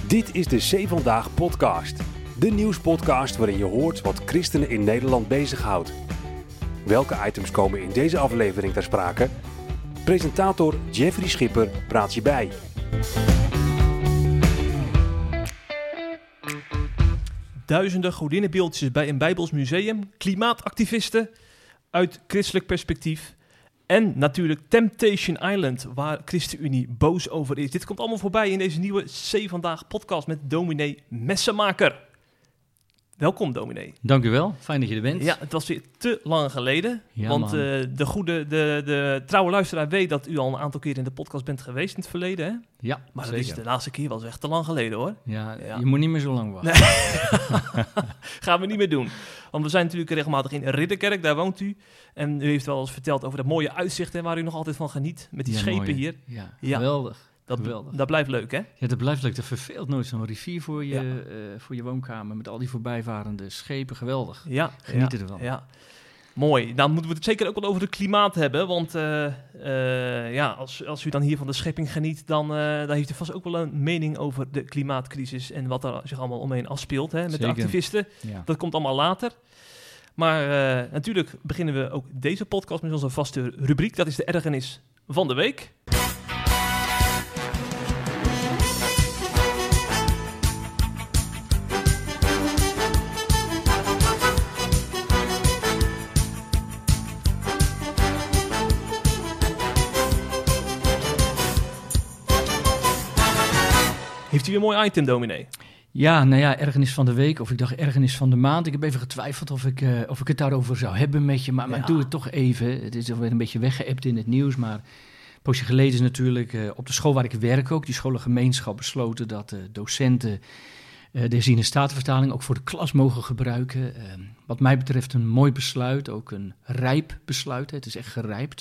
Dit is de C Vandaag podcast. De nieuwspodcast waarin je hoort wat christenen in Nederland bezighoudt. Welke items komen in deze aflevering ter sprake? Presentator Jeffrey Schipper praat je bij. Duizenden godinnenbeeldjes bij een Bijbels museum, klimaatactivisten uit christelijk perspectief en natuurlijk Temptation Island, waar ChristenUnie boos over is. Dit komt allemaal voorbij in deze nieuwe C Vandaag podcast met dominee Messenmaker. Welkom, dominee. Dank u wel, fijn dat je er bent. Ja, het was weer te lang geleden, Ja, want man. de trouwe luisteraar weet dat u al een aantal keer in de podcast bent geweest in het verleden, hè? Ja, Maar dat zeker. is de laatste keer was echt te lang geleden, hoor. Ja, Ja. je moet niet meer zo lang wachten. Gaan we niet meer doen. Want we zijn natuurlijk regelmatig in Ridderkerk, daar woont u. En u heeft wel eens verteld over dat mooie uitzicht hè, waar u nog altijd van geniet. Met die Ja, schepen mooi. hier. Ja, Ja. geweldig. Geweldig. Dat blijft leuk, hè? Ja, dat blijft leuk. Er verveelt nooit zo'n rivier voor je woonkamer met al die voorbijvarende schepen. Geweldig. Ja. Genieten ja, ervan. Ja. Mooi. Dan moeten we het zeker ook wel over het klimaat hebben. Want als u dan hier van de schepping geniet, dan heeft u vast ook wel een mening over de klimaatcrisis en wat er zich allemaal omheen afspeelt hè, met Zeker. de activisten. Ja. Dat komt allemaal later. Maar natuurlijk beginnen we ook deze podcast met onze vaste rubriek. Dat is de ergernis van de week. Heeft u een mooi item, dominee? Ja, nou ja, ergernis van de week, of ik dacht ergernis van de maand. Ik heb even getwijfeld of ik het daarover zou hebben met je, maar Ja. ik doe het toch even. Het is alweer een beetje weggeëpt in het nieuws, maar een poosje geleden is natuurlijk op de school waar ik werk ook, die scholengemeenschap, besloten dat docenten de herziene statenvertaling ook voor de klas mogen gebruiken. Wat mij betreft een mooi besluit, ook een rijp besluit, het is echt gerijpt.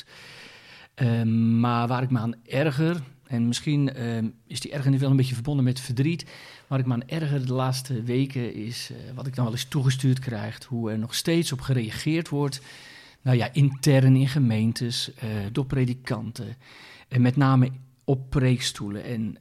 Maar waar ik me aan erger, en misschien is die ergernis wel een beetje verbonden met verdriet, waar ik me aan erger de laatste weken is wat ik dan wel eens toegestuurd krijg, hoe er nog steeds op gereageerd wordt, nou ja, intern in gemeentes, door predikanten, en met name op preekstoelen.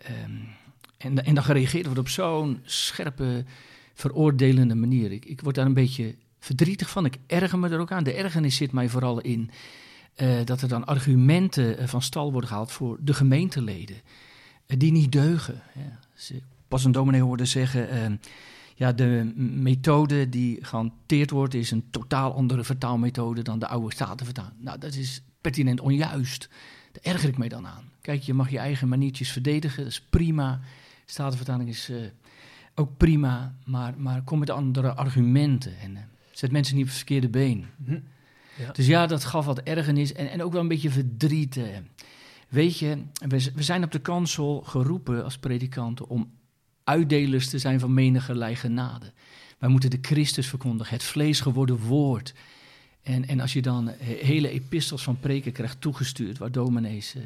En dan gereageerd wordt op zo'n scherpe, veroordelende manier. Ik word daar een beetje verdrietig van, ik erger me er ook aan. De ergernis zit mij vooral in dat er dan argumenten van stal worden gehaald voor de gemeenteleden, die niet deugen. Ja, pas een dominee hoorde zeggen, de methode die gehanteerd wordt is een totaal andere vertaalmethode dan de oude statenvertaling. Nou, dat is pertinent onjuist. Daar erger ik mij dan aan. Kijk, je mag je eigen maniertjes verdedigen, dat is prima. Statenvertaling is ook prima, maar kom met andere argumenten en zet mensen niet op het verkeerde been. Ja. Dus ja, dat gaf wat ergernis en ook wel een beetje verdriet. Weet je, we zijn op de kansel geroepen als predikanten om uitdelers te zijn van menigerlei genade. Wij moeten de Christus verkondigen, het vlees geworden woord. En als je dan hele epistels van preken krijgt toegestuurd, waar dominees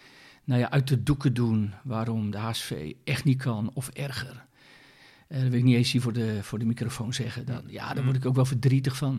uit de doeken doen waarom de HSV echt niet kan of erger. Dat wil ik niet eens hier voor de microfoon zeggen. Daar word ik ook wel verdrietig van.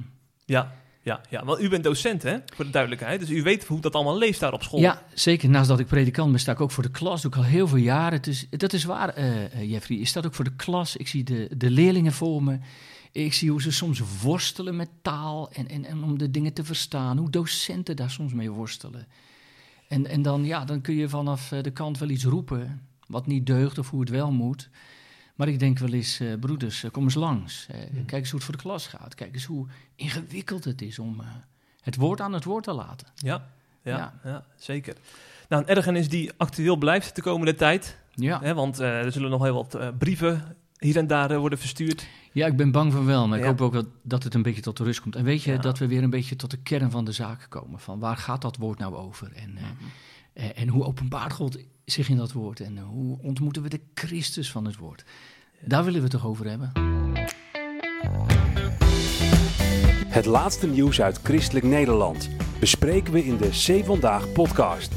Ja, want u bent docent, hè, voor de duidelijkheid. Dus u weet hoe dat allemaal leeft daar op school. Ja, zeker. Naast dat ik predikant ben, sta ik ook voor de klas. Doe ik al heel veel jaren. Dat is waar, Jeffrey. Je staat ook voor de klas. Ik zie de leerlingen voor me. Ik zie hoe ze soms worstelen met taal en om de dingen te verstaan. Hoe docenten daar soms mee worstelen. En dan kun je vanaf de kant wel iets roepen wat niet deugt of hoe het wel moet. Maar ik denk wel eens, broeders, kom eens langs. Kijk eens hoe het voor de klas gaat. Kijk eens hoe ingewikkeld het is om het woord aan het woord te laten. Ja, zeker. Nou, een ergernis die actueel blijft de komende tijd. Ja, Hè, want er zullen nog heel wat brieven hier en daar worden verstuurd. ja, ik ben bang van wel, maar ik Ja. hoop ook dat het een beetje tot de rust komt. En weet je, Ja. dat we weer een beetje tot de kern van de zaak komen. Van waar gaat dat woord nou over? En hoe openbaart God zich in dat woord? En hoe ontmoeten we de Christus van het woord? Daar willen we het toch over hebben? Het laatste nieuws uit christelijk Nederland bespreken we in de C Vandaag podcast.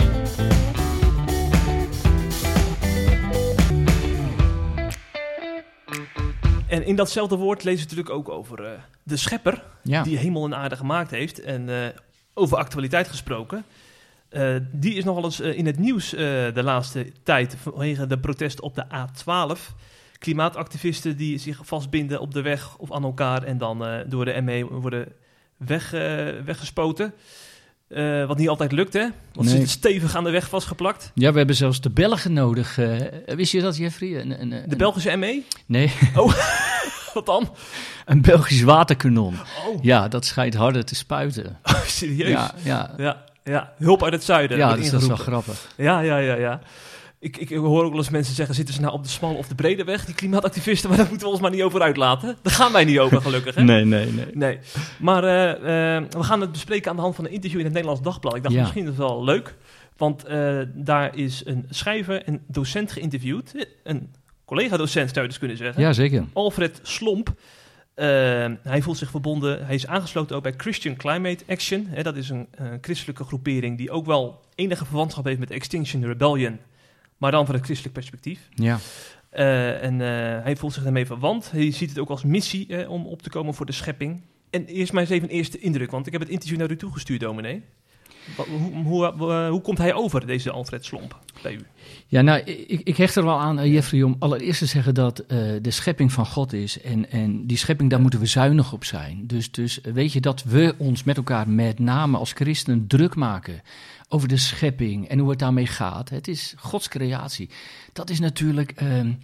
En in datzelfde woord lezen we natuurlijk ook over de schepper, Ja. die hemel en aarde gemaakt heeft. En over actualiteit gesproken. Die is nogal eens in het nieuws de laatste tijd vanwege de protesten op de A12. klimaatactivisten die zich vastbinden op de weg of aan elkaar en dan door de ME worden weggespoten. Wat niet altijd lukt, hè? Want ze zitten stevig aan de weg vastgeplakt. Ja, we hebben zelfs de Belgen nodig. Wist je dat, Jeffrey? De Belgische ME? Nee. Oh, wat dan? Een Belgisch waterkanon. Oh. Ja, dat schijnt harder te spuiten. Oh, serieus? Ja. Hulp uit het zuiden. Ja, dus dat is wel grappig. Ja. Ik hoor ook wel eens mensen zeggen, zitten ze nou op de smalle of de brede weg, die klimaatactivisten, maar daar moeten we ons maar niet over uitlaten. Daar gaan wij niet over, gelukkig. Hè? Nee. Maar we gaan het bespreken aan de hand van een interview in het Nederlands Dagblad. Ik dacht, misschien is het wel leuk, want daar is een schrijver en docent geïnterviewd. Een collega-docent, zou je dus kunnen zeggen. Ja, zeker. Alfred Slomp. Hij voelt zich verbonden. Hij is aangesloten ook bij Christian Climate Action. Dat is een christelijke groepering die ook wel enige verwantschap heeft met Extinction Rebellion, maar dan van het christelijk perspectief. Ja. Hij voelt zich daarmee verwant. Hij ziet het ook als missie om op te komen voor de schepping. En eerst maar eens even een eerste indruk, want ik heb het interview naar u toegestuurd, dominee. Hoe komt hij over, deze Alfred Slomp, bij u? Ja, nou, ik hecht er wel aan, Jeffrey, om allereerst te zeggen dat de schepping van God is. En die schepping, daar moeten we zuinig op zijn. Dus weet je dat we ons met elkaar, met name als christenen, druk maken over de schepping en hoe het daarmee gaat. Het is Gods creatie. Dat is natuurlijk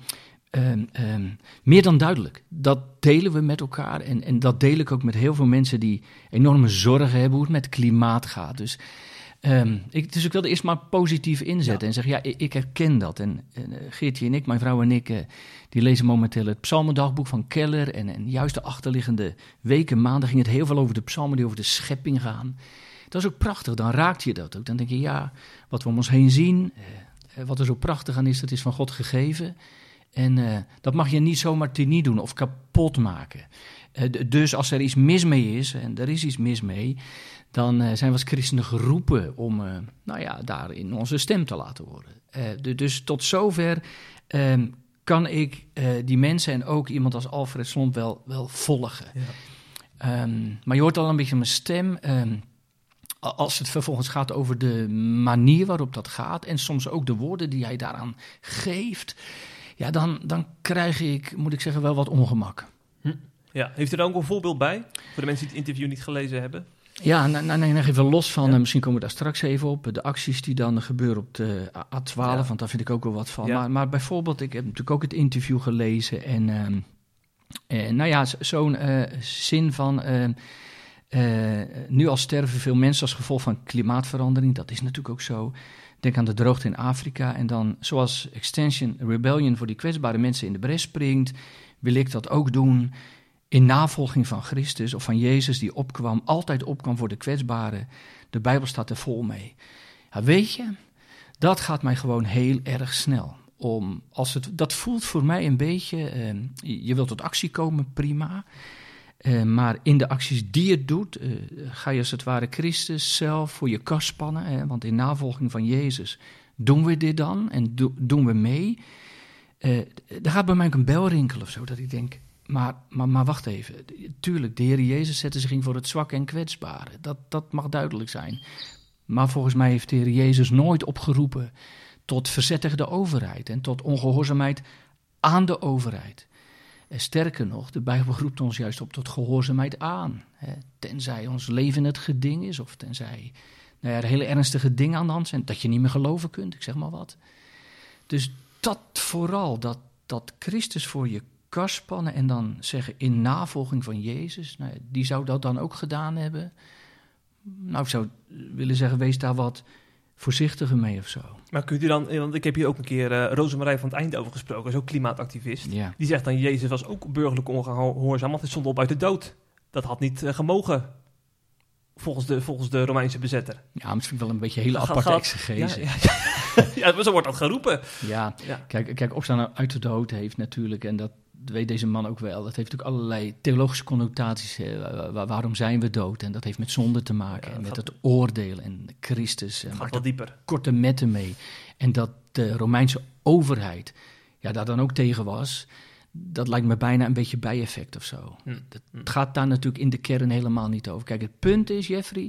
meer dan duidelijk. Dat delen we met elkaar en dat deel ik ook met heel veel mensen die enorme zorgen hebben hoe het met het klimaat gaat. Dus ik wilde eerst maar positief inzetten en zeggen, ik herken dat. En Geertje en ik, mijn vrouw en ik, die lezen momenteel het psalmendagboek van Keller. En juist de achterliggende weken, maanden, ging het heel veel over de psalmen die over de schepping gaan. Dat is ook prachtig, dan raakt je dat ook. Dan denk je, wat we om ons heen zien, wat er zo prachtig aan is, dat is van God gegeven. En dat mag je niet zomaar teniet doen of kapot maken. Dus als er iets mis mee is, en er is iets mis mee, dan zijn we als christenen geroepen om daarin onze stem te laten horen. Dus tot zover kan ik die mensen en ook iemand als Alfred Slomp wel volgen. Ja. Maar je hoort al een beetje mijn stem. Als het vervolgens gaat over de manier waarop dat gaat en soms ook de woorden die hij daaraan geeft, ja, dan krijg ik, moet ik zeggen, wel wat ongemak. Ja, heeft u daar ook een voorbeeld bij, voor de mensen die het interview niet gelezen hebben? Ja, nog even los van, misschien komen we daar straks even op, de acties die dan gebeuren op de A12, want daar vind ik ook wel wat van. Ja. Maar bijvoorbeeld, ik heb natuurlijk ook het interview gelezen en zo'n zin van, nu al sterven veel mensen als gevolg van klimaatverandering, dat is natuurlijk ook zo. Denk aan de droogte in Afrika en dan, zoals Extinction Rebellion voor die kwetsbare mensen in de bres springt, wil ik dat ook doen in navolging van Christus of van Jezus die altijd opkwam voor de kwetsbaren. De Bijbel staat er vol mee. Ja, weet je, dat gaat mij gewoon heel erg snel. Dat voelt voor mij een beetje, je wilt tot actie komen, prima. Maar in de acties die je doet, ga je als het ware Christus zelf voor je kast spannen. Hè? Want in navolging van Jezus doen we dit dan en doen we mee. Er gaat bij mij ook een bel rinkelen of zo, dat ik denk, maar wacht even. Tuurlijk, de Heer Jezus zette zich in voor het zwakke en kwetsbare. Dat mag duidelijk zijn. Maar volgens mij heeft de Heer Jezus nooit opgeroepen tot verzet tegen de overheid en tot ongehoorzaamheid aan de overheid. Sterker nog, de Bijbel roept ons juist op tot gehoorzaamheid aan. Hè, tenzij ons leven het geding is of tenzij er hele ernstige dingen aan de hand zijn, dat je niet meer geloven kunt, ik zeg maar wat. Dus dat vooral, dat Christus voor je kast spannen en dan zeggen in navolging van Jezus, die zou dat dan ook gedaan hebben. Nou, ik zou willen zeggen, wees daar wat voorzichtiger mee of zo. Maar kunt u dan, want ik heb hier ook een keer Rosemarij van het Eindhoven gesproken, is ook klimaatactivist. Ja. Die zegt dan, Jezus was ook burgerlijk ongehoorzaam, want hij stond op uit de dood. Dat had niet gemogen, volgens de Romeinse bezetter. Ja, misschien wel een beetje hele aparte exegese. Ja, zo wordt dat geroepen. Ja. Kijk, opstaan uit de dood heeft natuurlijk, en dat weet deze man ook wel, dat heeft natuurlijk allerlei theologische connotaties. Waarom zijn we dood? En dat heeft met zonde te maken, en met het oordeel en Christus. Gaat wat dieper. Korte metten mee. En dat de Romeinse overheid daar dan ook tegen was, dat lijkt me bijna een beetje bijeffect of zo. Het gaat daar natuurlijk in de kern helemaal niet over. Kijk, het punt is, Jeffrey,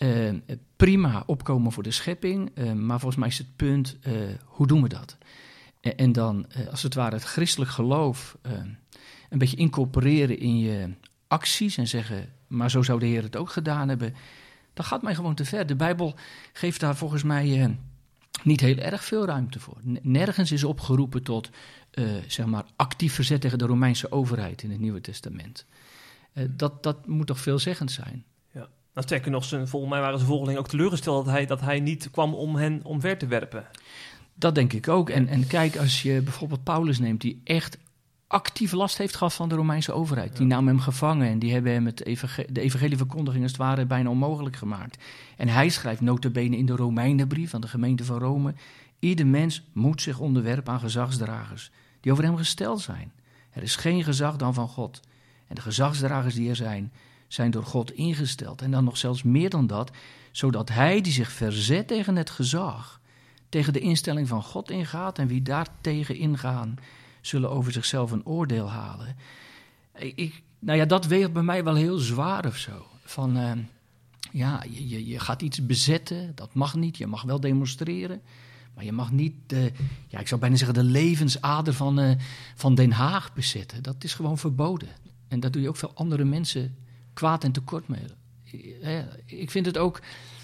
prima opkomen voor de schepping, maar volgens mij is het punt, hoe doen we dat? En dan, als het ware, het christelijk geloof een beetje incorporeren in je acties en zeggen, maar zo zou de Heer het ook gedaan hebben, dat gaat mij gewoon te ver. De Bijbel geeft daar volgens mij niet heel erg veel ruimte voor. Nergens is opgeroepen tot zeg maar actief verzet tegen de Romeinse overheid in het Nieuwe Testament. Dat moet toch veelzeggend zijn. Ja. Nou, sterker nog, volgens mij waren zijn volgelingen ook teleurgesteld dat hij niet kwam om hen omver te werpen. Dat denk ik ook. En kijk, als je bijvoorbeeld Paulus neemt, die echt actief last heeft gehad van de Romeinse overheid. Die namen hem gevangen en die hebben hem de evangelieverkondiging als het ware bijna onmogelijk gemaakt. En hij schrijft nota bene in de Romeinenbrief van de gemeente van Rome: ieder mens moet zich onderwerpen aan gezagsdragers die over hem gesteld zijn. Er is geen gezag dan van God. En de gezagsdragers die er zijn door God ingesteld. En dan nog zelfs meer dan dat, zodat hij die zich verzet tegen het gezag, tegen de instelling van God ingaat, en wie daar tegen ingaan, zullen over zichzelf een oordeel halen. Dat weegt bij mij wel heel zwaar of zo. Van, je gaat iets bezetten, dat mag niet. Je mag wel demonstreren, maar je mag niet, ik zou bijna zeggen, de levensader van Den Haag bezetten. Dat is gewoon verboden. En daar doe je ook veel andere mensen kwaad en tekort mee. Ik vind het ook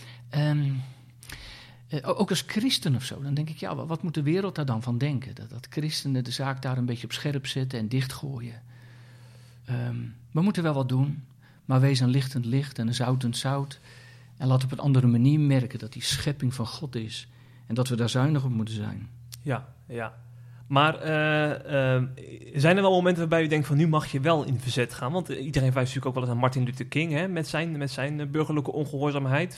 als christen of zo, dan denk ik, wat moet de wereld daar dan van denken? Dat christenen de zaak daar een beetje op scherp zetten en dichtgooien. We moeten wel wat doen, maar wees een lichtend licht en een zoutend zout. En laat op een andere manier merken dat die schepping van God is. En dat we daar zuinig op moeten zijn. Ja. Maar zijn er wel momenten waarbij u denkt van nu mag je wel in verzet gaan? Want iedereen wijst natuurlijk ook wel eens aan Martin Luther King, hè, met zijn burgerlijke ongehoorzaamheid.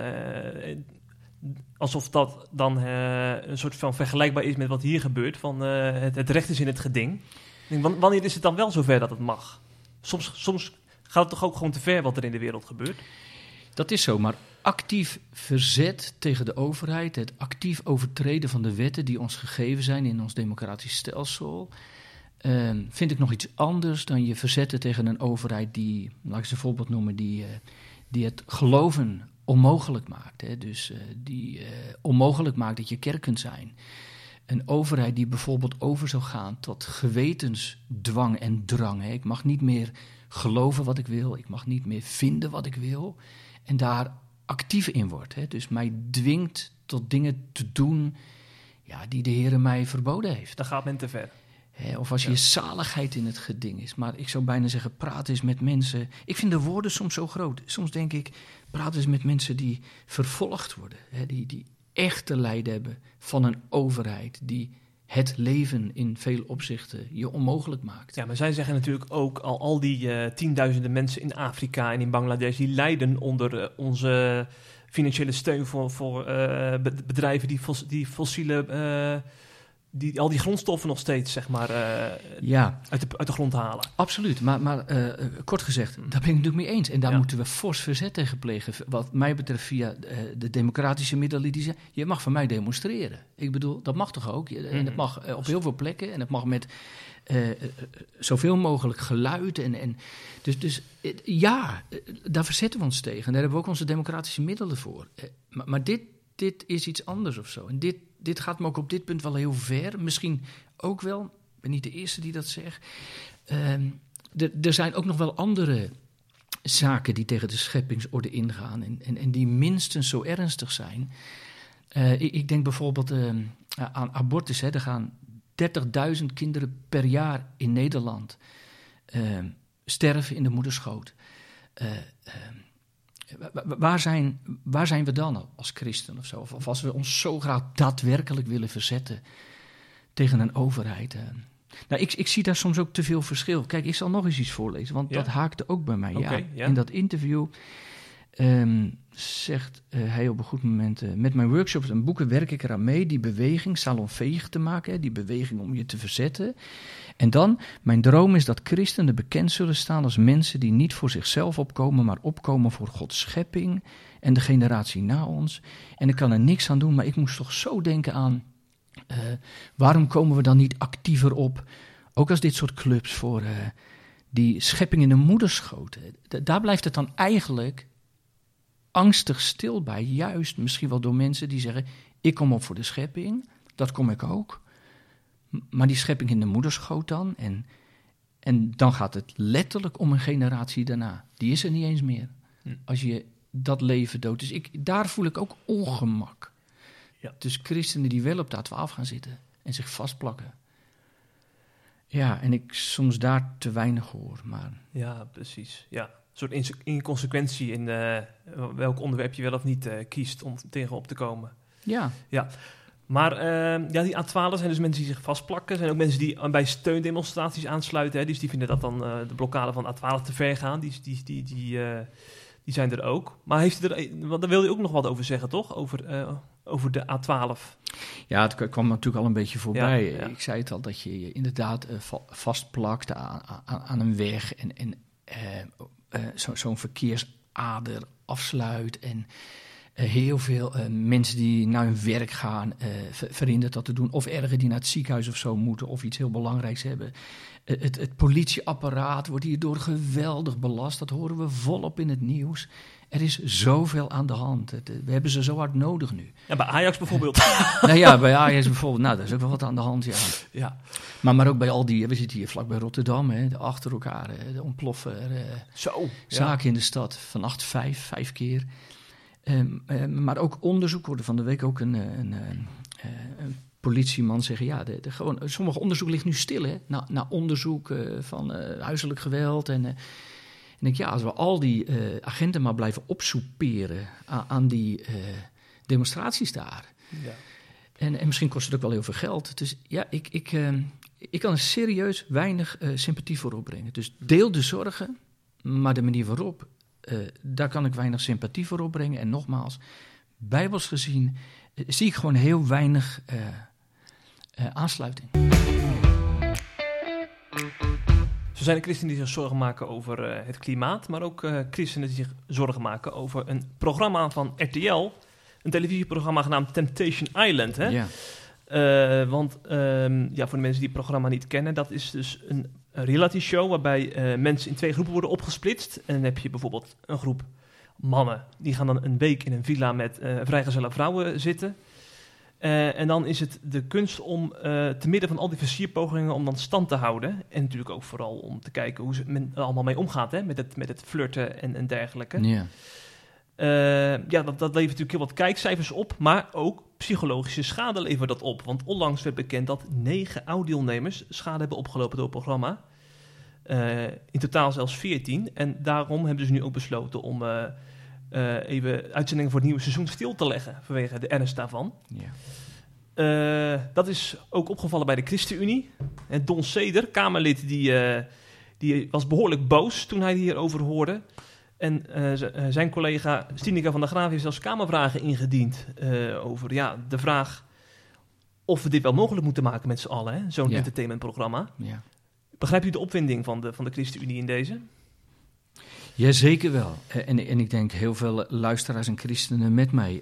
Alsof dat dan een soort van vergelijkbaar is met wat hier gebeurt. Van het recht is in het geding. Wanneer is het dan wel zover dat het mag? Soms gaat het toch ook gewoon te ver wat er in de wereld gebeurt? Dat is zo, maar actief verzet tegen de overheid, het actief overtreden van de wetten die ons gegeven zijn in ons democratisch stelsel, vind ik nog iets anders dan je verzetten tegen een overheid die, laat ik ze een voorbeeld noemen, die het geloven onmogelijk maakt. Hè? Dus die onmogelijk maakt dat je kerk kunt zijn. Een overheid die bijvoorbeeld over zou gaan tot gewetensdwang en drang. Hè? Ik mag niet meer geloven wat ik wil, ik mag niet meer vinden wat ik wil. En daar actief in wordt. Hè? Dus mij dwingt tot dingen te doen die de Heer mij verboden heeft. Dan gaat men te ver. Of als je zaligheid in het geding is. Maar ik zou bijna zeggen, praat eens met mensen. Ik vind de woorden soms zo groot. Soms denk ik, praat eens met mensen die vervolgd worden. Die echt te lijden hebben van een overheid die het leven in veel opzichten je onmogelijk maakt. Ja, maar zij zeggen natuurlijk ook al die tienduizenden mensen in Afrika en in Bangladesh, die lijden onder onze financiële steun voor bedrijven die fossiele, die al die grondstoffen nog steeds, zeg maar, uit de grond halen. Absoluut, maar kort gezegd, daar ben ik het natuurlijk mee eens. En daar moeten we fors verzet tegen plegen. Wat mij betreft via de democratische middelen die zeggen, je mag van mij demonstreren. Ik bedoel, dat mag toch ook? En het mag op heel veel plekken en het mag met zoveel mogelijk geluid. Dus daar verzetten we ons tegen. En daar hebben we ook onze democratische middelen voor. Maar dit is iets anders of zo. En dit gaat me ook op dit punt wel heel ver. Misschien ook wel, ik ben niet de eerste die dat zegt. Er zijn ook nog wel andere zaken die tegen de scheppingsorde ingaan en die minstens zo ernstig zijn. Ik denk bijvoorbeeld aan abortus. Hè. Er gaan 30.000 kinderen per jaar in Nederland sterven in de moederschoot. Waar zijn we dan als christen of zo? Of als we ons zo graag daadwerkelijk willen verzetten tegen een overheid. Ik zie daar soms ook te veel verschil. Kijk, ik zal nog eens iets voorlezen, want dat haakte ook bij mij. In dat interview zegt hij op een goed moment, met mijn workshops en boeken werk ik eraan mee die beweging salonveeg te maken, die beweging om je te verzetten. En dan, mijn droom is dat christenen bekend zullen staan als mensen die niet voor zichzelf opkomen, maar opkomen voor Gods schepping en de generatie na ons. En ik kan er niks aan doen, maar ik moest toch zo denken aan, waarom komen we dan niet actiever op, ook als dit soort clubs voor die schepping in de moederschoot. Daar blijft het dan eigenlijk angstig stil bij, juist misschien wel door mensen die zeggen, ik kom op voor de schepping, dat kom ik ook. Maar die schepping in de moederschoot dan. En dan gaat het letterlijk om een generatie daarna. Die is er niet eens meer. Als je dat leven doodt. Dus daar voel ik ook ongemak. Ja. Dus christenen die wel op de A12 gaan zitten en zich vastplakken. Ja, en ik soms daar te weinig hoor. Maar... Ja, precies. Ja. Een soort inconsequentie in welk onderwerp je wel of niet kiest om tegenop te komen. Ja. Maar die A12 zijn dus mensen die zich vastplakken. Er zijn ook mensen die bij steundemonstraties aansluiten. Hè. Dus die vinden dat dan de blokkade van A12 te ver gaan. Die zijn er ook. Maar want daar wil je ook nog wat over zeggen, toch? Over de A12. Ja, het kwam natuurlijk al een beetje voorbij. Ja. Ik zei het al, dat je je inderdaad vastplakt aan een weg en zo'n verkeersader afsluit en heel veel mensen die naar hun werk gaan verhindert dat te doen. Of erger, die naar het ziekenhuis of zo moeten of iets heel belangrijks hebben. Het politieapparaat wordt hierdoor geweldig belast. Dat horen we volop in het nieuws. Er is zoveel aan de hand. We hebben ze zo hard nodig nu. Ja, bij Ajax bijvoorbeeld. Nou ja, bij Ajax bijvoorbeeld. Nou, daar is ook wel wat aan de hand, ja. Ja. Maar ook bij al die... We zitten hier vlakbij Rotterdam, hè, achter elkaar. De ontploffen zaken in de stad. Vannacht 5 keer. Maar ook onderzoek worden van de week ook een politieman zeggen... Ja, gewoon, sommige onderzoek ligt nu stil, hè. Na onderzoek van huiselijk geweld en... En ik denk, als we al die agenten maar blijven opsoeperen aan die demonstraties daar. Ja. En misschien kost het ook wel heel veel geld. Dus ja, ik kan er serieus weinig sympathie voor opbrengen. Dus deel de zorgen, maar de manier waarop, daar kan ik weinig sympathie voor opbrengen. En nogmaals, bijbels gezien zie ik gewoon heel weinig aansluiting. Zo zijn er christenen die zich zorgen maken over het klimaat, maar ook christenen die zich zorgen maken over een programma van RTL, een televisieprogramma genaamd Temptation Island. Hè? Ja. Want voor de mensen die het programma niet kennen, dat is dus een reality show waarbij mensen in 2 groepen worden opgesplitst. En dan heb je bijvoorbeeld een groep mannen, die gaan dan een week in een villa met vrijgezelle vrouwen zitten. En dan is het de kunst om te midden van al die versierpogingen om dan stand te houden. En natuurlijk ook vooral om te kijken hoe men er allemaal mee omgaat, hè? Met het flirten en dergelijke. Ja. Dat levert natuurlijk heel wat kijkcijfers op, maar ook psychologische schade levert dat op. Want onlangs werd bekend dat 9 oud-deelnemers schade hebben opgelopen door het programma. In totaal zelfs 14. En daarom hebben ze nu ook besloten om even uitzendingen voor het nieuwe seizoen stil te leggen vanwege de ernst daarvan. Ja. Dat is ook opgevallen bij de ChristenUnie. En Don Seder, Kamerlid, die was behoorlijk boos toen hij hierover hoorde. En zijn collega Stinica van der Graaf heeft zelfs Kamervragen ingediend over de vraag of we dit wel mogelijk moeten maken met z'n allen, hè? Zo'n entertainmentprogramma. Ja. Begrijpt u de opwinding van de ChristenUnie in deze? Ja, zeker wel. En ik denk heel veel luisteraars en christenen met mij.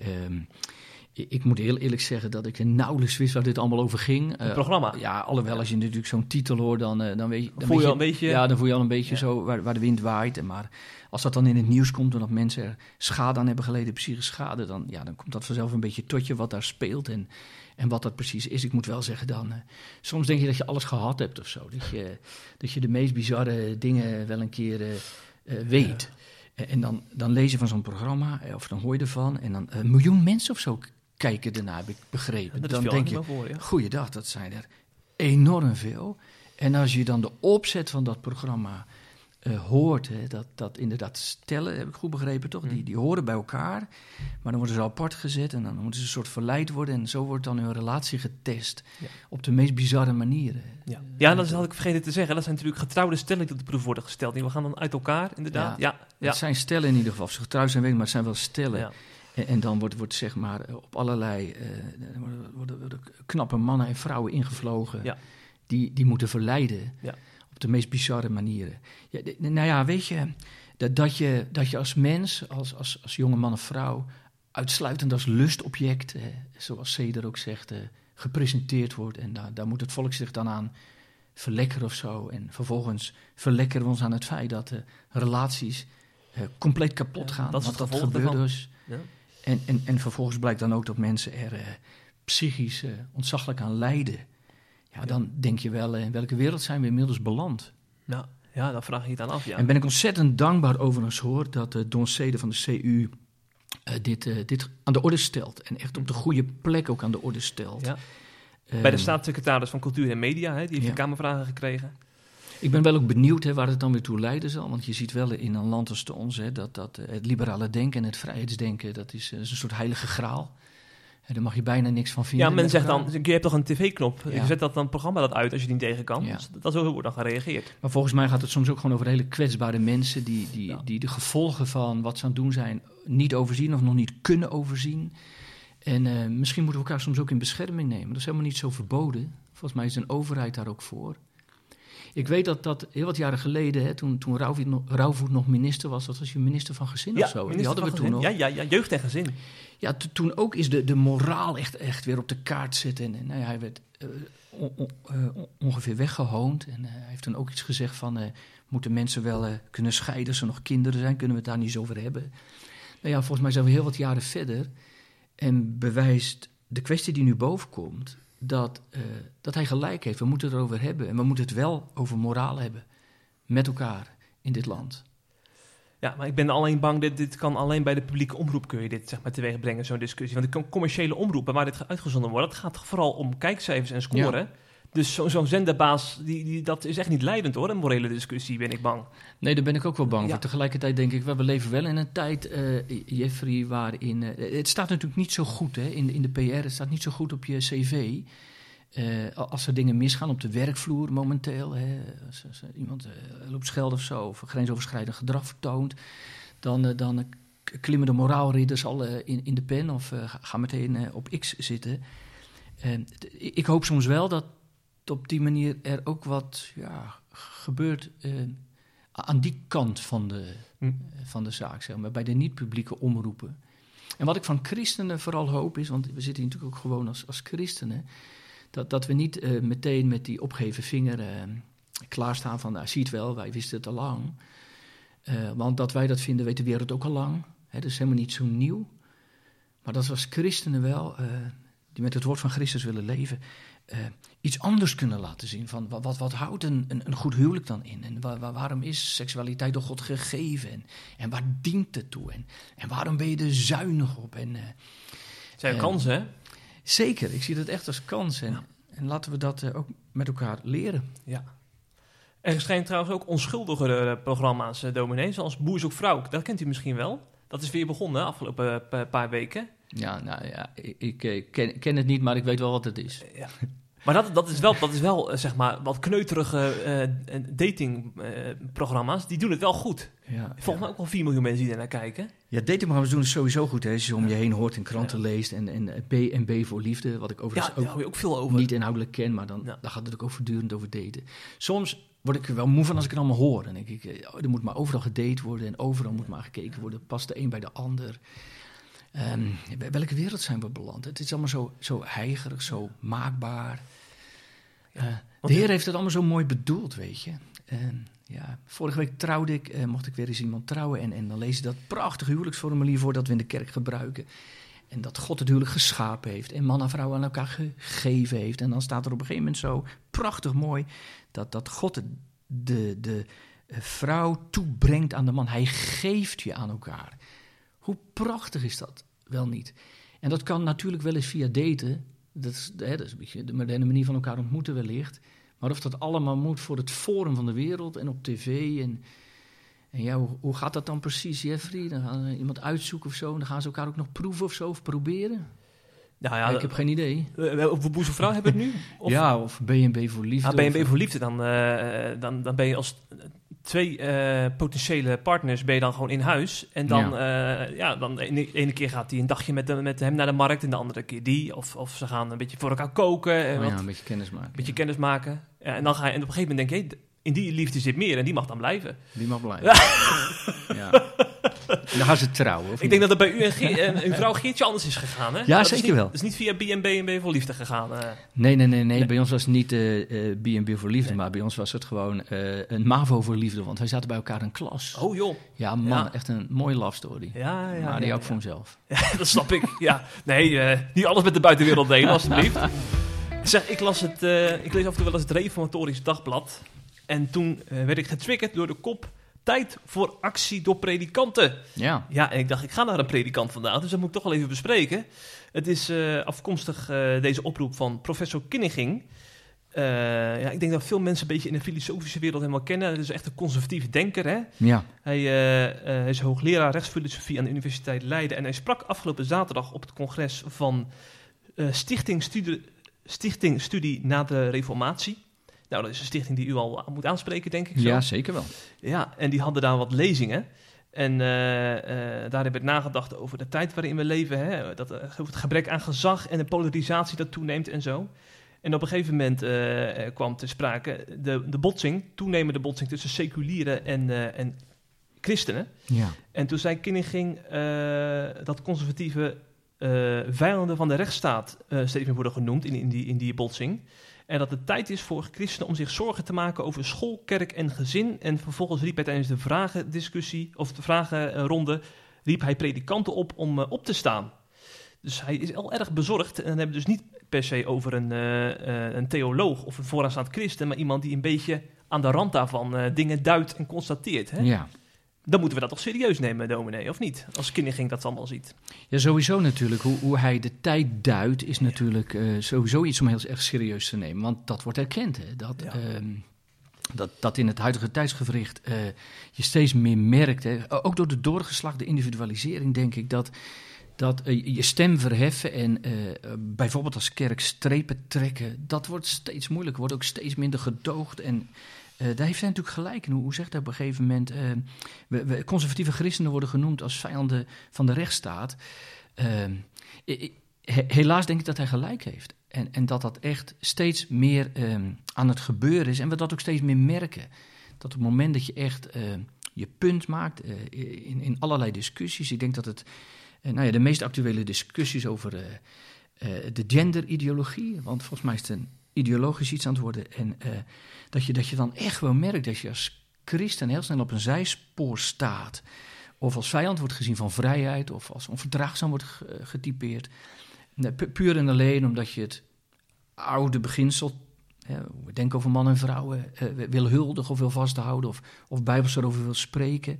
Ik moet heel eerlijk zeggen dat ik nauwelijks wist waar dit allemaal over ging. Het programma? Ja, alhoewel als je natuurlijk zo'n titel hoort, dan weet je... Dan voel je al een beetje... Ja, dan voel je al een beetje zo waar de wind waait. Maar als dat dan in het nieuws komt, omdat mensen er schade aan hebben geleden, psychische schade, dan komt dat vanzelf een beetje tot je wat daar speelt en wat dat precies is. Ik moet wel zeggen dan, soms denk je dat je alles gehad hebt of zo. Dat je de meest bizarre dingen wel een keer weet. Ja. En dan lees je van zo'n programma, of dan hoor je ervan, en dan 1 miljoen mensen of zo kijken ernaar, heb ik begrepen. Dat dan is denk je, goeiedag, dat zijn er enorm veel. En als je dan de opzet van dat programma hoort, dat inderdaad stellen, heb ik goed begrepen toch, die horen bij elkaar, maar dan worden ze apart gezet en dan moeten ze een soort verleid worden en zo wordt dan hun relatie getest op de meest bizarre manieren. Ja, dat had ik vergeten te zeggen. Dat zijn natuurlijk getrouwde stellen die op de proef worden gesteld. We gaan dan uit elkaar, inderdaad. Ja. Het zijn stellen in ieder geval. Of ze getrouwd zijn, weet ik, maar het zijn wel stellen. Ja. En dan wordt zeg maar op allerlei worden knappe mannen en vrouwen ingevlogen die moeten verleiden op de meest bizarre manieren. Weet je, dat je als mens, als jonge man of vrouw, uitsluitend als lustobject, zoals Seder ook zegt, gepresenteerd wordt. En daar moet het volk zich dan aan verlekkeren of zo. En vervolgens verlekkeren we ons aan het feit dat relaties compleet kapot gaan. Dat is wat dat gebeurt dus. Ja. En vervolgens blijkt dan ook dat mensen er psychisch ontzaglijk aan lijden. Ja, dan denk je wel, in welke wereld zijn we inmiddels beland? Ja, dan vraag je het aan af, ja. En ben ik ontzettend dankbaar overigens hoor dat Don Sede van de CU dit aan de orde stelt. En echt op de goede plek ook aan de orde stelt. Ja. Bij de staatssecretaris van Cultuur en Media, hè, die heeft de Kamervragen gekregen. Ik ben wel ook benieuwd waar het dan weer toe leiden zal. Want je ziet wel in een land als ons dat het liberale denken en het vrijheidsdenken, dat is een soort heilige graal. Daar mag je bijna niks van vinden. Ja, men zegt dan, je hebt toch een tv-knop. Ja. Je zet dat dan programma dat uit als je niet tegen kan. Ja. Dus dat zo wordt dan gereageerd. Maar volgens mij gaat het soms ook gewoon over hele kwetsbare mensen die de gevolgen van wat ze aan het doen zijn niet overzien of nog niet kunnen overzien. En misschien moeten we elkaar soms ook in bescherming nemen. Dat is helemaal niet zo verboden. Volgens mij is een overheid daar ook voor. Ik weet dat heel wat jaren geleden, hè, toen Rauwvoet nog minister was, dat was je minister van Gezin of zo. Die hadden we toen nog. Ja, jeugd en gezin. Ja, toen ook is de moraal echt weer op de kaart zitten. En hij werd ongeveer weggehoond. En hij heeft toen ook iets gezegd van, moeten mensen wel kunnen scheiden als ze nog kinderen zijn? Kunnen we het daar niet eens over hebben? Nou ja, volgens mij zijn we heel wat jaren verder. En bewijst de kwestie die nu boven komt, dat hij gelijk heeft. We moeten het erover hebben. En we moeten het wel over moraal hebben. Met elkaar in dit land. Ja, maar ik ben alleen bang, dit kan alleen bij de publieke omroep kun je dit zeg maar teweeg brengen, zo'n discussie. Want de commerciële omroepen waar dit uitgezonden wordt, dat gaat vooral om kijkcijfers en scoren. Ja. Dus zo'n zenderbaas, dat is echt niet leidend hoor, een morele discussie, ben ik bang. Nee, daar ben ik ook wel bang voor. Tegelijkertijd denk ik, we leven wel in een tijd, Jeffrey, waarin... het staat natuurlijk niet zo goed hè, in de PR, het staat niet zo goed op je cv. Als er dingen misgaan op de werkvloer momenteel, hè, als iemand loopt schelden of zo, of grensoverschrijdend gedrag vertoont, dan klimmen de moraalridders al in de pen of gaan meteen op X zitten. Ik hoop soms wel dat op die manier er ook wat gebeurt aan die kant van de zaak, zeg maar, bij de niet-publieke omroepen. En wat ik van christenen vooral hoop is, want we zitten hier natuurlijk ook gewoon als christenen, dat we niet meteen met die opgeheven vinger klaarstaan van, zie het wel, wij wisten het al lang. Want dat wij dat vinden, weet de wereld ook al lang. Hè, dat is helemaal niet zo nieuw. Maar dat we als christenen wel, die met het woord van Christus willen leven, iets anders kunnen laten zien. Van wat houdt een goed huwelijk dan in? En waarom is seksualiteit door God gegeven? En waar dient het toe? En waarom ben je er zuinig op? Zijn kansen, hè? Zeker, ik zie dat echt als kans. En laten we dat ook met elkaar leren. Ja. Er schijnt trouwens ook onschuldigere programma's, dominee, zoals Boer zoekt vrouw. Dat kent u misschien wel. Dat is weer begonnen de afgelopen paar weken. Ja, nou ja, ik ken het niet, maar ik weet wel wat het is. Ja. Maar dat is wel zeg maar, wat kneuterige datingprogramma's. Die doen het wel goed. Ja, volgens mij ook wel 4 miljoen mensen die daarnaar kijken. Ja, datingprogramma's doen het sowieso goed. Hè. Als je om je heen hoort en kranten leest. En B&B voor liefde, wat ik overigens daar hoor je ook veel over. Niet inhoudelijk ken, maar dan gaat het ook voortdurend over daten. Soms word ik er wel moe van als ik het allemaal hoor. Dan denk ik, er moet maar overal gedate worden en overal moet maar gekeken worden. Past de een bij de ander. Bij welke wereld zijn we beland? Het is allemaal zo heigerig, zo maakbaar. De Heer heeft het allemaal zo mooi bedoeld, weet je. Vorige week trouwde ik, mocht ik weer eens iemand trouwen. En dan lees je dat prachtige huwelijksformulier voor dat we in de kerk gebruiken. En dat God het huwelijk geschapen heeft. En man en vrouw aan elkaar gegeven heeft. En dan staat er op een gegeven moment zo prachtig mooi dat God de vrouw toebrengt aan de man. Hij geeft je aan elkaar. Hoe prachtig is dat wel niet? En dat kan natuurlijk wel eens via daten. Dat is een beetje de moderne manier van elkaar ontmoeten wellicht. Maar of dat allemaal moet voor het forum van de wereld en op tv. En ja, hoe gaat dat dan precies, Jeffrey? Dan gaan ze iemand uitzoeken of zo. En dan gaan ze elkaar ook nog proeven of zo, of proberen. Nou ja, ik heb geen idee. Over Boer zoekt vrouw hebben we het nu? Of B&B voor liefde. B&B voor liefde, dan ben je als 2 potentiële partners ben je dan gewoon in huis. En dan, dan de ene keer gaat hij een dagje met hem naar de markt en de andere keer die. Of ze gaan een beetje voor elkaar koken. Een beetje kennis maken. Ja, en dan ga je, en op een gegeven moment denk je, in die liefde zit meer en die mag dan blijven. Die mag blijven. Ja. En dan gaan ze trouwen. Ik denk dat het bij u en uw vrouw Geertje anders is gegaan, hè? Ja, zeker wel. Dat is niet via B&B voor liefde gegaan. Nee. Bij ons was het niet B&B voor liefde, maar bij ons was het gewoon een MAVO voor liefde. Want wij zaten bij elkaar in klas. Oh joh. Ja, man, echt een mooie love story. Maar die ook voor mezelf. Ja, dat snap ik. Ja, nee, niet alles met de buitenwereld delen, alsjeblieft. Zeg, ik lees af en toe wel eens het Reformatorisch Dagblad. En toen werd ik getriggerd door de kop... Tijd voor actie door predikanten. Ja. Ja, en ik dacht, ik ga naar een predikant vandaag, dus dat moet ik toch wel even bespreken. Het is afkomstig deze oproep van professor Kinniging. Ik denk dat veel mensen een beetje in de filosofische wereld helemaal kennen. Het is echt een conservatief denker, hè? Ja. Hij is hoogleraar rechtsfilosofie aan de Universiteit Leiden. En hij sprak afgelopen zaterdag op het congres van Stichting Studie na de Reformatie. Nou, dat is een stichting die u al moet aanspreken, denk ik zo. Ja, zeker wel. Ja, en die hadden daar wat lezingen. En daar heb ik nagedacht over de tijd waarin we leven. Hè? Dat het gebrek aan gezag en de polarisatie dat toeneemt en zo. En op een gegeven moment kwam te sprake de toenemende botsing tussen seculieren en christenen. Ja. En toen zei Kinniging dat conservatieve vijanden van de rechtsstaat steeds meer worden genoemd in die botsing. En dat het tijd is voor christenen om zich zorgen te maken over school, kerk en gezin. En vervolgens riep hij tijdens de vragendiscussie, of de vragenronde, riep hij predikanten op om op te staan. Dus hij is al erg bezorgd. En dan hebben we dus niet per se over een theoloog of een vooraanstaand christen, maar iemand die een beetje aan de rand daarvan dingen duidt en constateert. Hè? Ja. Dan moeten we dat toch serieus nemen, dominee, of niet? Als Kinniging dat allemaal ziet. Ja, sowieso natuurlijk. Hoe hij de tijd duidt is natuurlijk sowieso iets om heel erg serieus te nemen. Want dat wordt erkend. Hè? Dat in het huidige tijdsgewricht je steeds meer merkt. Hè? Ook door de doorgeslagen individualisering denk ik dat je stem verheffen en bijvoorbeeld als kerk strepen trekken, dat wordt steeds moeilijker, wordt ook steeds minder gedoogd. En daar heeft hij natuurlijk gelijk in. Hoe zegt hij op een gegeven moment, conservatieve christenen worden genoemd als vijanden van de rechtsstaat. Helaas denk ik dat hij gelijk heeft. En dat echt steeds meer aan het gebeuren is. En we dat ook steeds meer merken. Dat op het moment dat je echt je punt maakt in allerlei discussies. Ik denk dat het de meest actuele discussies over de genderideologie. Want volgens mij is het een ideologisch iets aan het worden. En dat je dan echt wel merkt dat je als christen heel snel op een zijspoor staat. Of als vijand wordt gezien van vrijheid. Of als onverdraagzaam wordt getypeerd. Puur en alleen omdat je het oude beginsel, we denken over mannen en vrouwen, wil huldigen of wil vasthouden. Of bijbels erover wil spreken.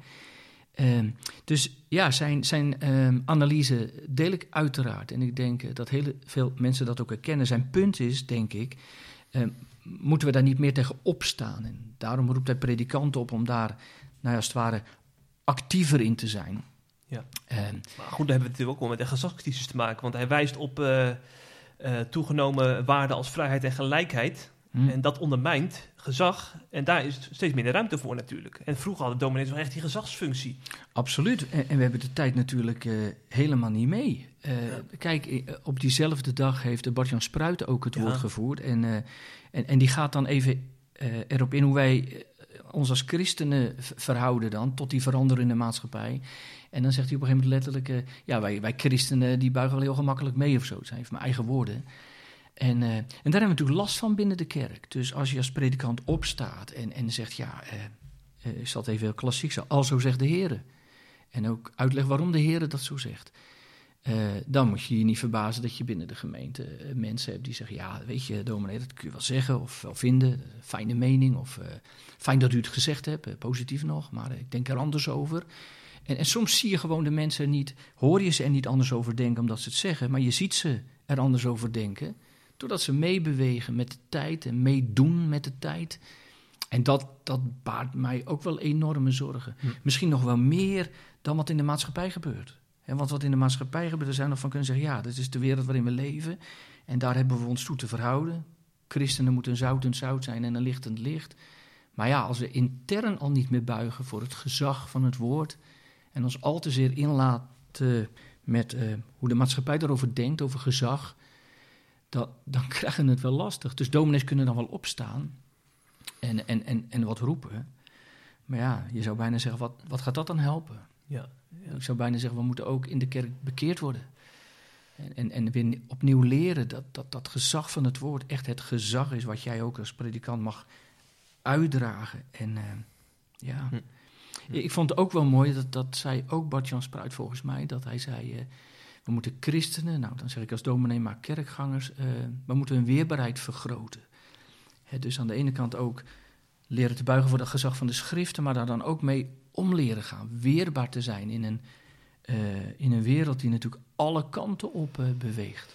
Dus ja, zijn analyse deel ik uiteraard. En ik denk dat heel veel mensen dat ook herkennen. Zijn punt is, denk ik, moeten we daar niet meer tegen opstaan. En daarom roept hij predikanten op om daar, als het ware, actiever in te zijn. Ja. Maar goed, dan hebben we het natuurlijk ook wel met de gezagscrisis te maken. Want hij wijst op toegenomen waarden als vrijheid en gelijkheid. En dat ondermijnt gezag. En daar is steeds minder ruimte voor natuurlijk. En vroeger hadden dominees nog echt die gezagsfunctie. Absoluut. En we hebben de tijd natuurlijk helemaal niet mee. Kijk, op diezelfde dag heeft Bart-Jan Spruit ook het woord gevoerd. En die gaat dan even erop in hoe wij ons als christenen verhouden dan tot die veranderende maatschappij. En dan zegt hij op een gegeven moment letterlijk, wij christenen die buigen wel heel gemakkelijk mee of zo. Dat zijn even mijn eigen woorden. En daar hebben we natuurlijk last van binnen de kerk. Dus als je als predikant opstaat en zegt, is dat even heel klassiek zo, alzo zegt de Heere. En ook uitleg waarom de Heere dat zo zegt. Dan moet je je niet verbazen dat je binnen de gemeente mensen hebt die zeggen, ja, weet je, dominee, dat kun je wel zeggen of wel vinden. Fijne mening of fijn dat u het gezegd hebt, positief nog, maar ik denk er anders over. En soms zie je gewoon de mensen niet, hoor je ze er niet anders over denken omdat ze het zeggen, maar je ziet ze er anders over denken. Doordat ze meebewegen met de tijd en meedoen met de tijd. En dat baart mij ook wel enorme zorgen. Misschien nog wel meer dan wat in de maatschappij gebeurt. Want wat in de maatschappij gebeurt, daar zijn we nog van kunnen zeggen, ja, dat is de wereld waarin we leven. En daar hebben we ons toe te verhouden. Christenen moeten zoutend zout zijn en een lichtend licht. Maar ja, als we intern al niet meer buigen voor het gezag van het woord. En ons al te zeer inlaten met hoe de maatschappij daarover denkt, over gezag. Dan krijgen we het wel lastig. Dus dominees kunnen dan wel opstaan en wat roepen. Maar ja, je zou bijna zeggen, wat gaat dat dan helpen? Ja. Ik zou bijna zeggen, we moeten ook in de kerk bekeerd worden. En weer opnieuw leren dat gezag van het woord echt het gezag is wat jij ook als predikant mag uitdragen. En ik vond het ook wel mooi, dat zei ook Bart-Jan Spruit volgens mij, dat hij zei, We moeten christenen, nou dan zeg ik als dominee maar kerkgangers, we moeten hun weerbaarheid vergroten. Dus aan de ene kant ook leren te buigen voor het gezag van de schriften, maar daar dan ook mee om leren gaan. Weerbaar te zijn in een wereld die natuurlijk alle kanten op beweegt.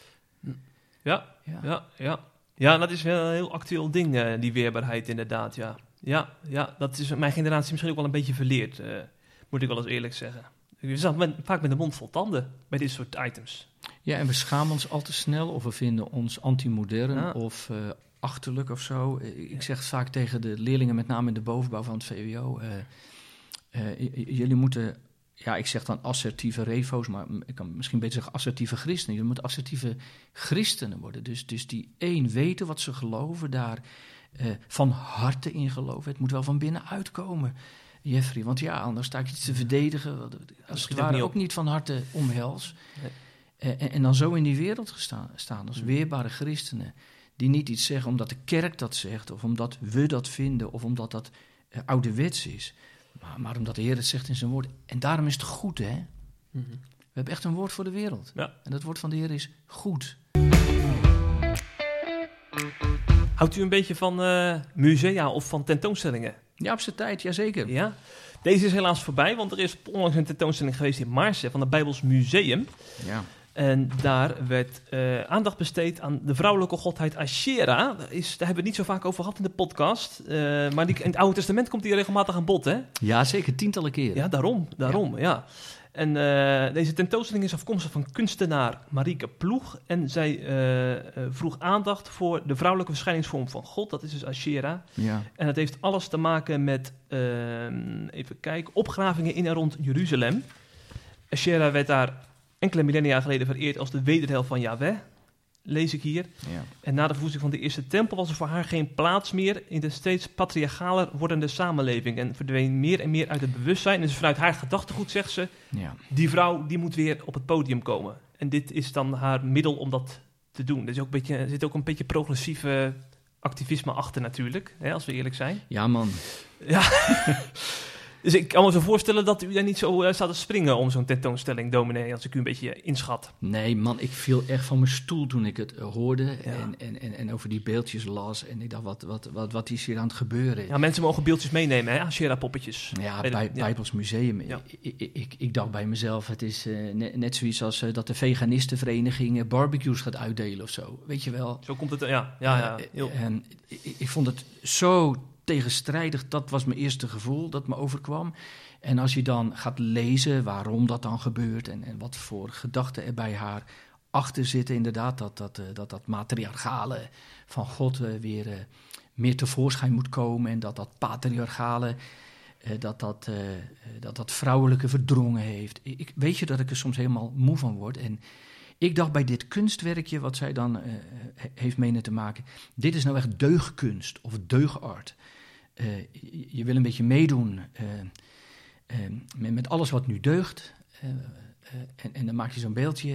Ja, dat is wel een heel actueel ding, die weerbaarheid inderdaad, ja. Ja, dat is mijn generatie misschien ook wel een beetje verleerd, moet ik wel eens eerlijk zeggen. We staan vaak met de mond vol tanden bij dit soort items. Ja, en we schamen ons al te snel of we vinden ons anti-modern of achterlijk of zo. Ik zeg vaak tegen de leerlingen, met name in de bovenbouw van het VWO, jullie moeten, ja, ik zeg dan assertieve refo's, maar ik kan misschien beter zeggen assertieve christenen. Jullie moeten assertieve christenen worden. Dus die weten wat ze geloven, daar van harte in geloven. Het moet wel van binnenuit komen, Jeffrey. Want ja, anders sta ik iets te verdedigen, als het ware ook niet van harte omhels. Nee. En dan zo in die wereld staan als weerbare christenen, die niet iets zeggen omdat de kerk dat zegt, of omdat we dat vinden, of omdat dat ouderwets is. Maar omdat de Heer het zegt in zijn woord. En daarom is het goed, hè? Mm-hmm. We hebben echt een woord voor de wereld. Ja. En dat woord van de Heer is goed. Houdt u een beetje van musea of van tentoonstellingen? Ja, op zijn tijd, jazeker. Ja. Deze is helaas voorbij, want er is onlangs een tentoonstelling geweest in Maarsen van het Bijbels Museum. Ja. En daar werd aandacht besteed aan de vrouwelijke godheid Asherah. Daar hebben we het niet zo vaak over gehad in de podcast. Maar in het Oude Testament komt die regelmatig aan bod, hè? Ja, zeker. Tientallen keren. Ja, daarom, ja. En deze tentoonstelling is afkomstig van kunstenaar Marieke Ploeg. En zij vroeg aandacht voor de vrouwelijke verschijningsvorm van God. Dat is dus Asherah. Ja. En dat heeft alles te maken met, even kijken, opgravingen in en rond Jeruzalem. Asherah werd daar enkele millennia geleden vereerd als de wederhelft van Yahweh, lees ik hier. Ja. En na de verwoesting van de eerste tempel was er voor haar geen plaats meer in de steeds patriarchaler wordende samenleving. En verdween meer en meer uit het bewustzijn. En dus vanuit haar gedachtegoed zegt ze, die vrouw die moet weer op het podium komen. En dit is dan haar middel om dat te doen. Er zit ook een beetje progressieve activisme achter natuurlijk, hè, als we eerlijk zijn. Ja, man. Ja. Dus ik kan me zo voorstellen dat u daar niet zo staat te springen om zo'n tentoonstelling, dominee, als ik u een beetje inschat. Nee, man, ik viel echt van mijn stoel toen ik het hoorde en over die beeldjes las. En ik dacht, wat is hier aan het gebeuren? Ja, mensen mogen beeldjes meenemen, hè, Asherah-poppetjes. Ja, Bijbels Museum. Ja. Ik dacht bij mezelf, het is net zoiets als dat de veganistenvereniging barbecues gaat uitdelen of zo. Weet je wel? Zo komt het, ja. En ik vond het zo tegenstrijdig, dat was mijn eerste gevoel dat me overkwam. En als je dan gaat lezen waarom dat dan gebeurt en wat voor gedachten er bij haar achter zitten, inderdaad, dat matriarchale van God weer meer tevoorschijn moet komen en dat patriarchale, dat vrouwelijke verdrongen heeft. Weet je dat ik er soms helemaal moe van word? En ik dacht bij dit kunstwerkje, wat zij dan heeft menen te maken, dit is nou echt deugdkunst of deugdart. Je wil een beetje meedoen met alles wat nu deugt. En dan maak je zo'n beeldje.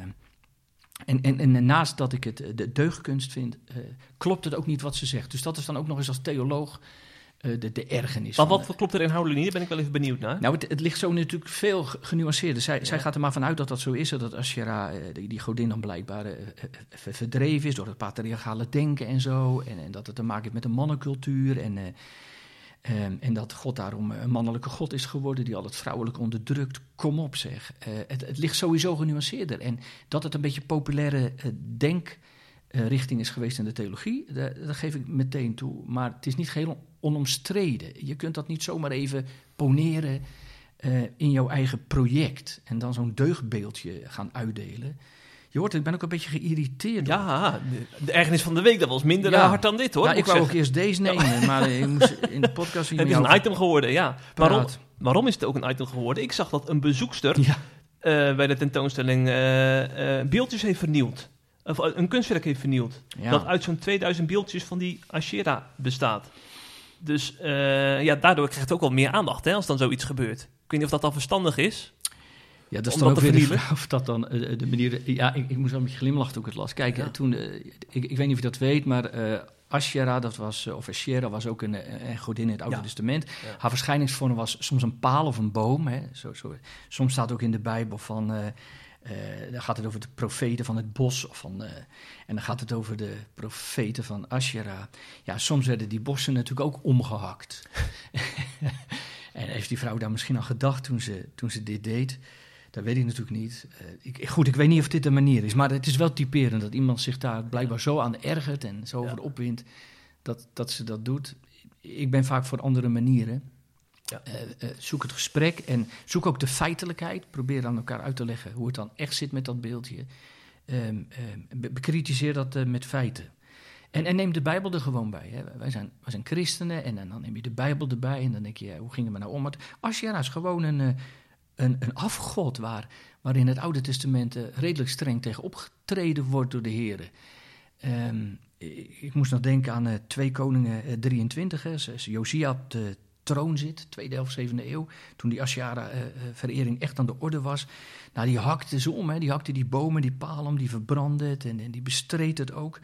En naast dat ik het de deugdkunst vind, klopt het ook niet wat ze zegt. Dus dat is dan ook nog eens als theoloog de ergernis. Maar wat klopt er inhoudelijk niet? Daar ben ik wel even benieuwd naar. Nou, het ligt zo natuurlijk veel genuanceerder. Zij gaat er maar vanuit dat zo is. Dat Asherah, die godin dan blijkbaar verdreven is door het patriarchale denken en zo. En dat het te maken heeft met de mannencultuur. En dat God daarom een mannelijke god is geworden die al het vrouwelijke onderdrukt. Kom op zeg. Het ligt sowieso genuanceerder. En dat het een beetje populaire denkrichting is geweest in de theologie, dat geef ik meteen toe. Maar het is niet geheel onomstreden. Je kunt dat niet zomaar even poneren in jouw eigen project en dan zo'n deugdbeeldje gaan uitdelen. Je hoort, ik ben ook een beetje geïrriteerd. Ja, de ergernis van de week, dat was minder hard dan dit, hoor. Ja, ik wou ook eerst deze nemen, maar ik moest in de podcast... Het is een item geworden, ja. Waarom is het ook een item geworden? Ik zag dat een bezoekster bij de tentoonstelling beeldjes heeft vernieuwd. Of een kunstwerk heeft vernieuwd. Ja. Dat uit zo'n 2000 beeldjes van die Asherah bestaat. Dus daardoor krijgt het ook wel meer aandacht, hè, als dan zoiets gebeurt. Ik weet niet of dat dan verstandig is. Ja, dat is dan ook weer de vraag of dat dan de manier... Ja, ik moest wel een beetje glimlachen toen ik het las. Kijk, toen... Ik weet niet of je dat weet, maar Asherah, Asherah was ook een godin in het Oude Testament. Ja. Haar verschijningsvorm was soms een paal of een boom. Hè. Soms staat ook in de Bijbel van... Dan gaat het over de profeten van het bos. En dan gaat het over de profeten van Asherah. Ja, soms werden die bossen natuurlijk ook omgehakt. En heeft die vrouw daar misschien aan gedacht toen ze dit deed? Dat weet ik natuurlijk niet. Ik weet niet of dit de manier is. Maar het is wel typerend dat iemand zich daar blijkbaar zo aan ergert en zo over opwindt dat ze dat doet. Ik ben vaak voor andere manieren. Ja. Zoek het gesprek en zoek ook de feitelijkheid. Probeer aan elkaar uit te leggen hoe het dan echt zit met dat beeldje. Bekritiseer dat met feiten. En neem de Bijbel er gewoon bij. Hè. Wij zijn christenen en dan neem je de Bijbel erbij. En dan denk je, hoe gingen we nou om? Maar Asherah is gewoon een afgod waar in het Oude Testament redelijk streng tegen opgetreden wordt door de Heer. Ik moest nog denken aan 2 Koningen 23. Als Josia op de troon zit, 2e helft 7e eeuw, toen die Asherah-verering echt aan de orde was. Nou, die hakte ze om, die hakte die bomen, die palen, die verbrandde het en die bestreed het ook.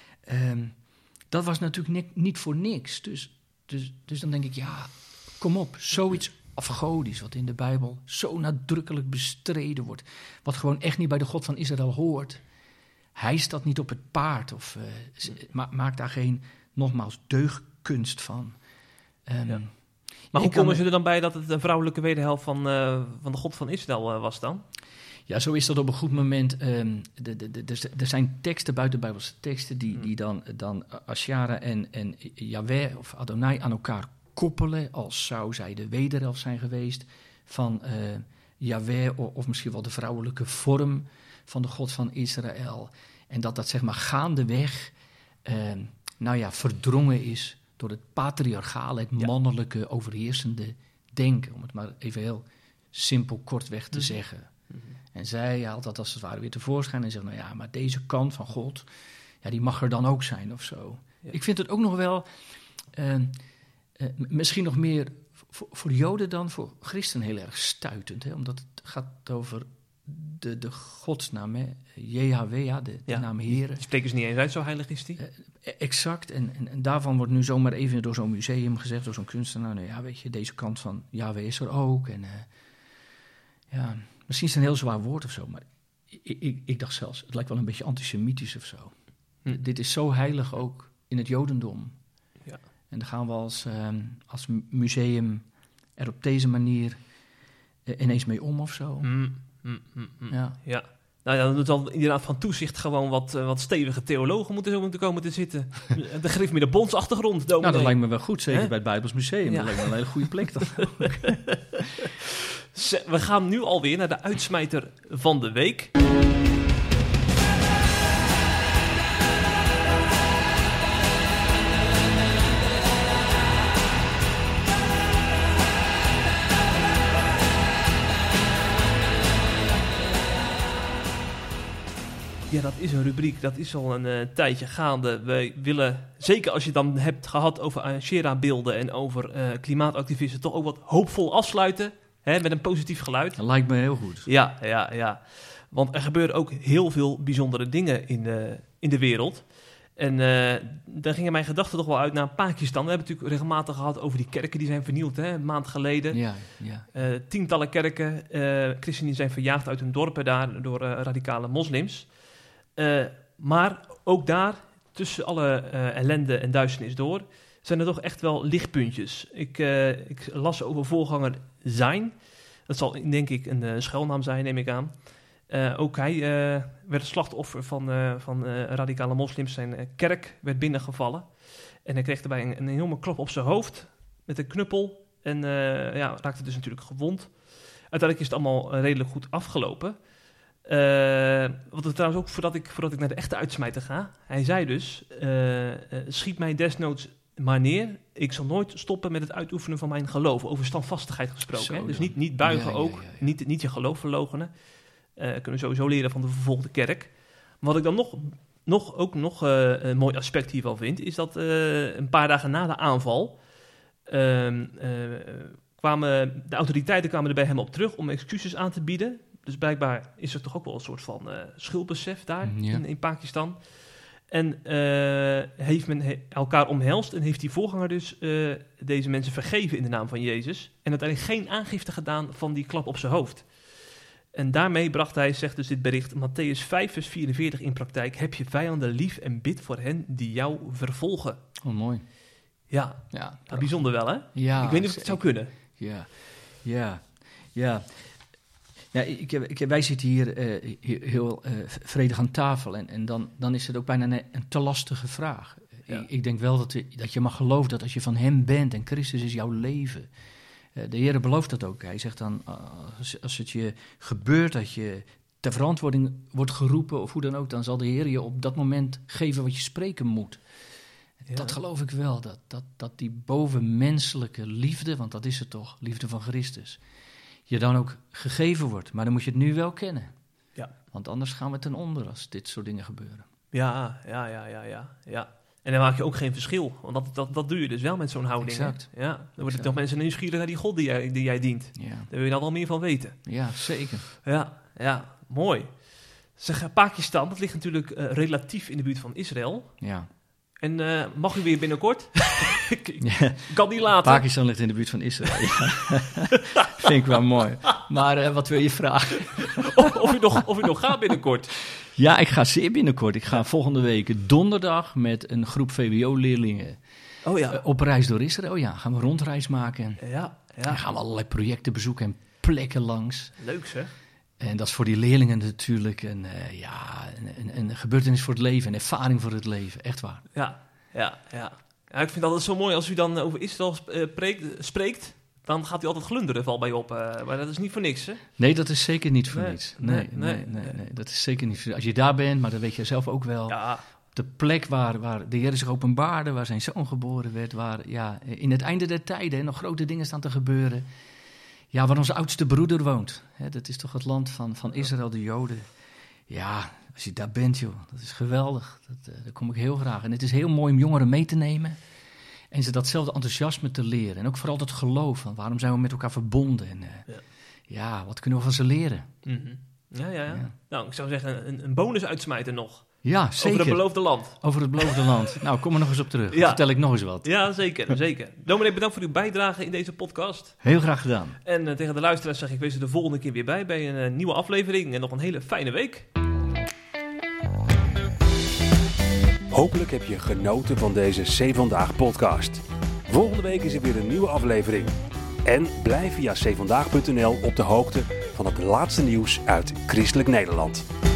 Dat was natuurlijk niet voor niks. Dus dan denk ik, ja, kom op, zoiets afgodisch wat in de Bijbel zo nadrukkelijk bestreden wordt, wat gewoon echt niet bij de God van Israël hoort. Hij staat niet op het paard of maakt daar geen, nogmaals, deugdkunst van. Maar hoe komen ze er dan bij dat het een vrouwelijke wederhelft van de God van Israël was dan? Ja, zo is dat op een goed moment. Er zijn teksten, buitenbijbelse teksten, die dan Asherah en Yahweh of Adonai aan elkaar koppelen, als zou zij de wederhelft zijn geweest van Yahweh, of misschien wel de vrouwelijke vorm van de God van Israël. En dat zeg maar gaandeweg verdrongen is door het patriarchale, het mannelijke, overheersende denken, om het maar even heel simpel kortweg te zeggen. En zij haalt dat als het ware weer tevoorschijn en zegt, maar deze kant van God, die mag er dan ook zijn of zo. Ja. Ik vind het ook nog wel, misschien nog meer voor Joden dan voor christenen heel erg stuitend. Hè? Omdat het gaat over de godsnaam, hè? JHWH, de naam Heere. Die spreken ze niet eens uit, zo heilig is die. Exact, en daarvan wordt nu zomaar even door zo'n museum gezegd, door zo'n kunstenaar, weet je, deze kant van Yahweh is er ook. En misschien is het een heel zwaar woord of zo, maar ik dacht zelfs, het lijkt wel een beetje antisemitisch of zo. Dit is zo heilig ook in het Jodendom. Ja. En dan gaan we als museum er op deze manier ineens mee om of zo. Ja. Nou ja, dan zal inderdaad van toezicht gewoon wat stevige theologen moeten komen te zitten. De Griffmeer de Bondsachtergrond. Nou, dat lijkt me wel goed, zeker bij het Bijbels Museum. Dat lijkt me een hele goede plek dan. We gaan nu alweer naar de uitsmijter van de week. Ja, dat is een rubriek, dat is al een tijdje gaande. We willen, zeker als je het dan hebt gehad over Asherah-beelden en over klimaatactivisten, toch ook wat hoopvol afsluiten, hè, met een positief geluid. Dat lijkt me heel goed. Ja. Want er gebeuren ook heel veel bijzondere dingen in de wereld. En daar gingen mijn gedachten toch wel uit naar Pakistan. We hebben het natuurlijk regelmatig gehad over die kerken die zijn vernield, hè, een maand geleden. Ja. Tientallen kerken, christenen zijn verjaagd uit hun dorpen daar door radicale moslims. Maar ook daar, tussen alle ellende en duisternis door, zijn er toch echt wel lichtpuntjes. Ik las over voorganger Zain. Dat zal denk ik een schuilnaam zijn, neem ik aan. Ook hij werd slachtoffer van radicale moslims. Zijn kerk werd binnengevallen. En hij kreeg daarbij een enorme klap op zijn hoofd met een knuppel. En raakte dus natuurlijk gewond. Uiteindelijk is het allemaal redelijk goed afgelopen. Wat er trouwens ook, voordat ik naar de echte uitsmijter ga. Hij zei dus, schiet mij desnoods maar neer. Ik zal nooit stoppen met het uitoefenen van mijn geloof. Over standvastigheid gesproken. Zo, hè? Dus niet buigen ook. Ja. Niet je geloof verloochenen. Kunnen we sowieso leren van de vervolgde kerk. Maar wat ik dan nog een mooi aspect hiervan vind, is dat een paar dagen na de aanval kwamen de autoriteiten er bij hem op terug om excuses aan te bieden. Dus blijkbaar is er toch ook wel een soort van schuldbesef daar in Pakistan. En heeft men elkaar omhelst en heeft die voorganger dus deze mensen vergeven in de naam van Jezus. En uiteindelijk geen aangifte gedaan van die klap op zijn hoofd. En daarmee bracht hij, zegt dus dit bericht, Mattheüs 5 vers 44 in praktijk. Heb je vijanden lief en bid voor hen die jou vervolgen. Oh, mooi. Ja, Ja, bijzonder wel hè? Ja, Ik weet niet of het zou kunnen. Ja. Wij zitten hier heel vredig aan tafel en dan is het ook bijna een te lastige vraag. Ja. Ik denk wel dat je mag geloven dat als je van hem bent en Christus is jouw leven. De Heer belooft dat ook. Hij zegt dan, als het je gebeurt dat je ter verantwoording wordt geroepen of hoe dan ook, dan zal de Heer je op dat moment geven wat je spreken moet. Ja. Dat geloof ik wel, dat die bovenmenselijke liefde, want dat is het toch, liefde van Christus, je dan ook gegeven wordt. Maar dan moet je het nu wel kennen. Ja. Want anders gaan we ten onder als dit soort dingen gebeuren. Ja. En dan maak je ook geen verschil. Want dat doe je dus wel met zo'n houding. Exact. Hè? Ja, dan worden toch mensen nieuwsgierig naar die God die jij dient. Ja. Daar wil je dan wel meer van weten. Ja, zeker. Ja, mooi. Zeg, Pakistan, dat ligt natuurlijk relatief in de buurt van Israël. Ja. En mag u weer binnenkort? Ik kan niet laten. Pakistan ligt in de buurt van Israël. Ja. Vind ik wel mooi. Maar wat wil je vragen? of u nog gaat binnenkort? Ja, ik ga zeer binnenkort. Ik ga volgende week donderdag met een groep VWO-leerlingen op reis door Israël. Ja, gaan we een rondreis maken. Ja. En gaan we allerlei projecten bezoeken en plekken langs. Leuk zeg. En dat is voor die leerlingen natuurlijk een gebeurtenis voor het leven, een ervaring voor het leven. Echt waar. Ja, ik vind het altijd zo mooi als u dan over Israël spreekt. Dan gaat u altijd glunderen, valt bij op. Maar dat is niet voor niks, hè? Nee, dat is zeker niet voor niets. Nee, nee. dat is zeker niet voor niets. Als je daar bent, maar dat weet je zelf ook wel. Ja. Op de plek waar de Heer zich openbaarde, waar zijn zoon geboren werd, waar in het einde der tijden nog grote dingen staan te gebeuren. Ja, waar onze oudste broeder woont. Hè, dat is toch het land van Israël, de Joden. Ja, als je daar bent, joh, dat is geweldig. Daar kom ik heel graag. En het is heel mooi om jongeren mee te nemen. En ze datzelfde enthousiasme te leren. En ook vooral dat geloof. Van waarom zijn we met elkaar verbonden? En wat kunnen we van ze leren? Mm-hmm. Ja. Nou, ik zou zeggen, een bonus uitsmijten nog. Ja, zeker. Over het beloofde land. Over het beloofde land. Nou, kom er nog eens op terug. Ja. Vertel ik nog eens wat. Ja, zeker. Dominee, bedankt voor uw bijdrage in deze podcast. Heel graag gedaan. En tegen de luisteraars zeg ik, wees er de volgende keer weer bij een nieuwe aflevering. En nog een hele fijne week. Hopelijk heb je genoten van deze C Vandaag podcast. Volgende week is er weer een nieuwe aflevering. En blijf via cvandaag.nl op de hoogte van het laatste nieuws uit Christelijk Nederland.